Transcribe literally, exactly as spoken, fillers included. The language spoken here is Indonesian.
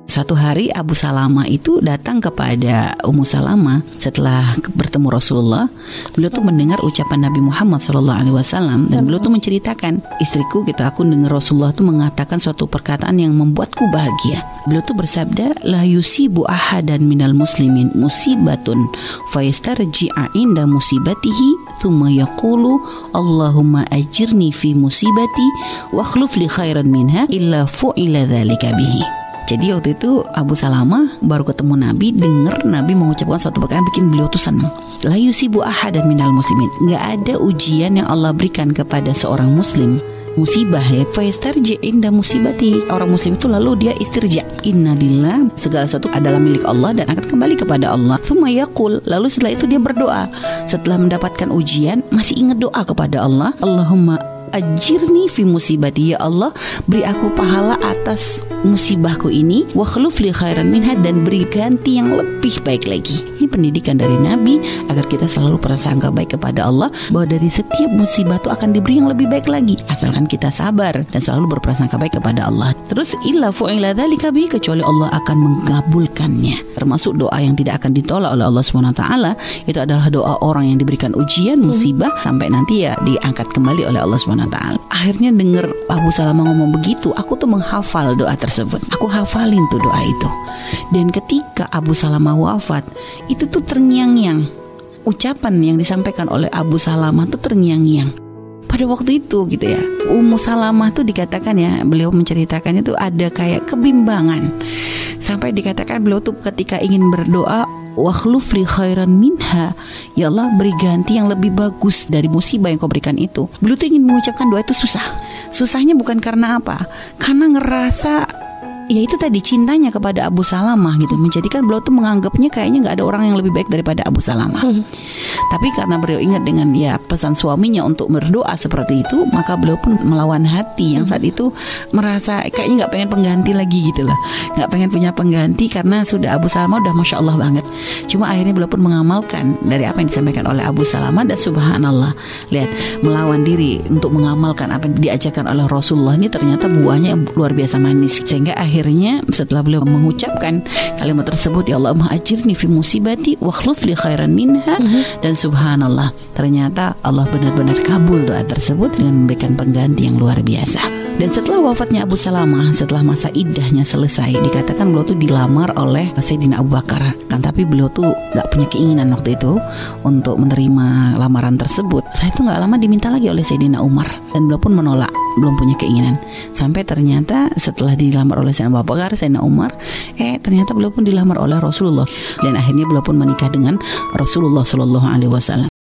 Suatu hari Abu Salamah itu datang kepada Ummu Salamah setelah bertemu Rasulullah. Beliau tuh mendengar ucapan Nabi Muhammad shallallahu alaihi wasallam dan beliau tuh menceritakan, istriku gitu, aku dengar Rasulullah tuh mengatakan suatu perkataan yang membuatku bahagia. Beliau tuh bersabda, la yusibu ahadan minal muslimin musibatun fayastarji'a inda musibatihi thumma yaqulu Allahumma ajirni fi musibati wa akhluf li khairan minha illa fu'ila dzalika bihi. Jadi waktu itu Abu Salamah baru ketemu Nabi, dengar Nabi mengucapkan suatu perkataan bikin beliau tuh senang. La yusibu ahadan minal muslimin. Gak ada ujian yang Allah berikan kepada seorang muslim, musibah ya, fayastarji inda musibati. Orang muslim itu lalu dia istirja, innalillah, segala sesuatu adalah milik Allah dan akan kembali kepada Allah. Tsumma yaqul, lalu setelah itu dia berdoa. Setelah mendapatkan ujian masih ingat doa kepada Allah, Allahumma ajirni fi musibati, ya Allah beri aku pahala atas musibahku ini, wa khluf li khairan minha, dan beri ganti yang lebih baik lagi. Ini pendidikan dari Nabi agar kita selalu prasangka baik kepada Allah, bahwa dari setiap musibah itu akan diberi yang lebih baik lagi asalkan kita sabar dan selalu berprasangka baik kepada Allah. Terus illa fu'ila dzalika bi, kecuali Allah akan mengabulkannya. Termasuk doa yang tidak akan ditolak oleh Allah subhanahu wa taala itu adalah doa orang yang diberikan ujian, musibah, hmm. sampai nanti ya diangkat kembali oleh Allah subhanahu wa taala. Akhirnya dengar Abu Salamah ngomong begitu, aku tuh menghafal doa tersebut. Aku hafalin tuh doa itu. Dan ketika Abu Salamah wafat, itu tuh terngiang-ngiang. Ucapan yang disampaikan oleh Abu Salamah tuh terngiang-ngiang. Pada waktu itu gitu ya, Ummu Salamah tuh dikatakan ya, beliau menceritakannya tuh ada kayak kebimbangan. Sampai dikatakan beliau tuh ketika ingin berdoa, wa khluf li khairan minha, ya Allah beri ganti yang lebih bagus dari musibah yang kau berikan itu. Beliau tuh ingin mengucapkan doa itu susah. Susahnya bukan karena apa? Karena ngerasa ya itu tadi cintanya kepada Abu Salamah gitu, menjadikan beliau tuh menganggapnya kayaknya nggak ada orang yang lebih baik daripada Abu Salamah. Hmm. Tapi karena beliau ingat dengan ya pesan suaminya untuk berdoa seperti itu, maka beliau pun melawan hati yang saat itu merasa kayaknya nggak pengen pengganti lagi gitu loh, nggak pengen punya pengganti karena sudah Abu Salamah udah masya Allah banget. Cuma akhirnya beliau pun mengamalkan dari apa yang disampaikan oleh Abu Salamah, dan subhanallah, lihat, melawan diri untuk mengamalkan apa yang diajarkan oleh Rasulullah ini ternyata buahnya yang luar biasa manis. Sehingga akhirnya Akhirnya setelah beliau mengucapkan kalimat tersebut, ya Allah ajirni fi musibati wa khluf li khairan minha, mm-hmm. dan subhanallah, ternyata Allah benar-benar kabul doa tersebut dengan memberikan pengganti yang luar biasa. Dan setelah wafatnya Abu Salamah, setelah masa iddahnya selesai, dikatakan beliau tuh dilamar oleh Sayyidina Abu Bakar. Kan tapi beliau tuh gak punya keinginan waktu itu untuk menerima lamaran tersebut. Saya tuh gak lama diminta lagi oleh Sayyidina Umar, dan beliau pun menolak, belum punya keinginan. Sampai ternyata setelah dilamar oleh Sayyidina Abu Bakar, Sayyidina Umar, eh ternyata beliau pun dilamar oleh Rasulullah, dan akhirnya beliau pun menikah dengan Rasulullah Shallallahu Alaihi Wasallam.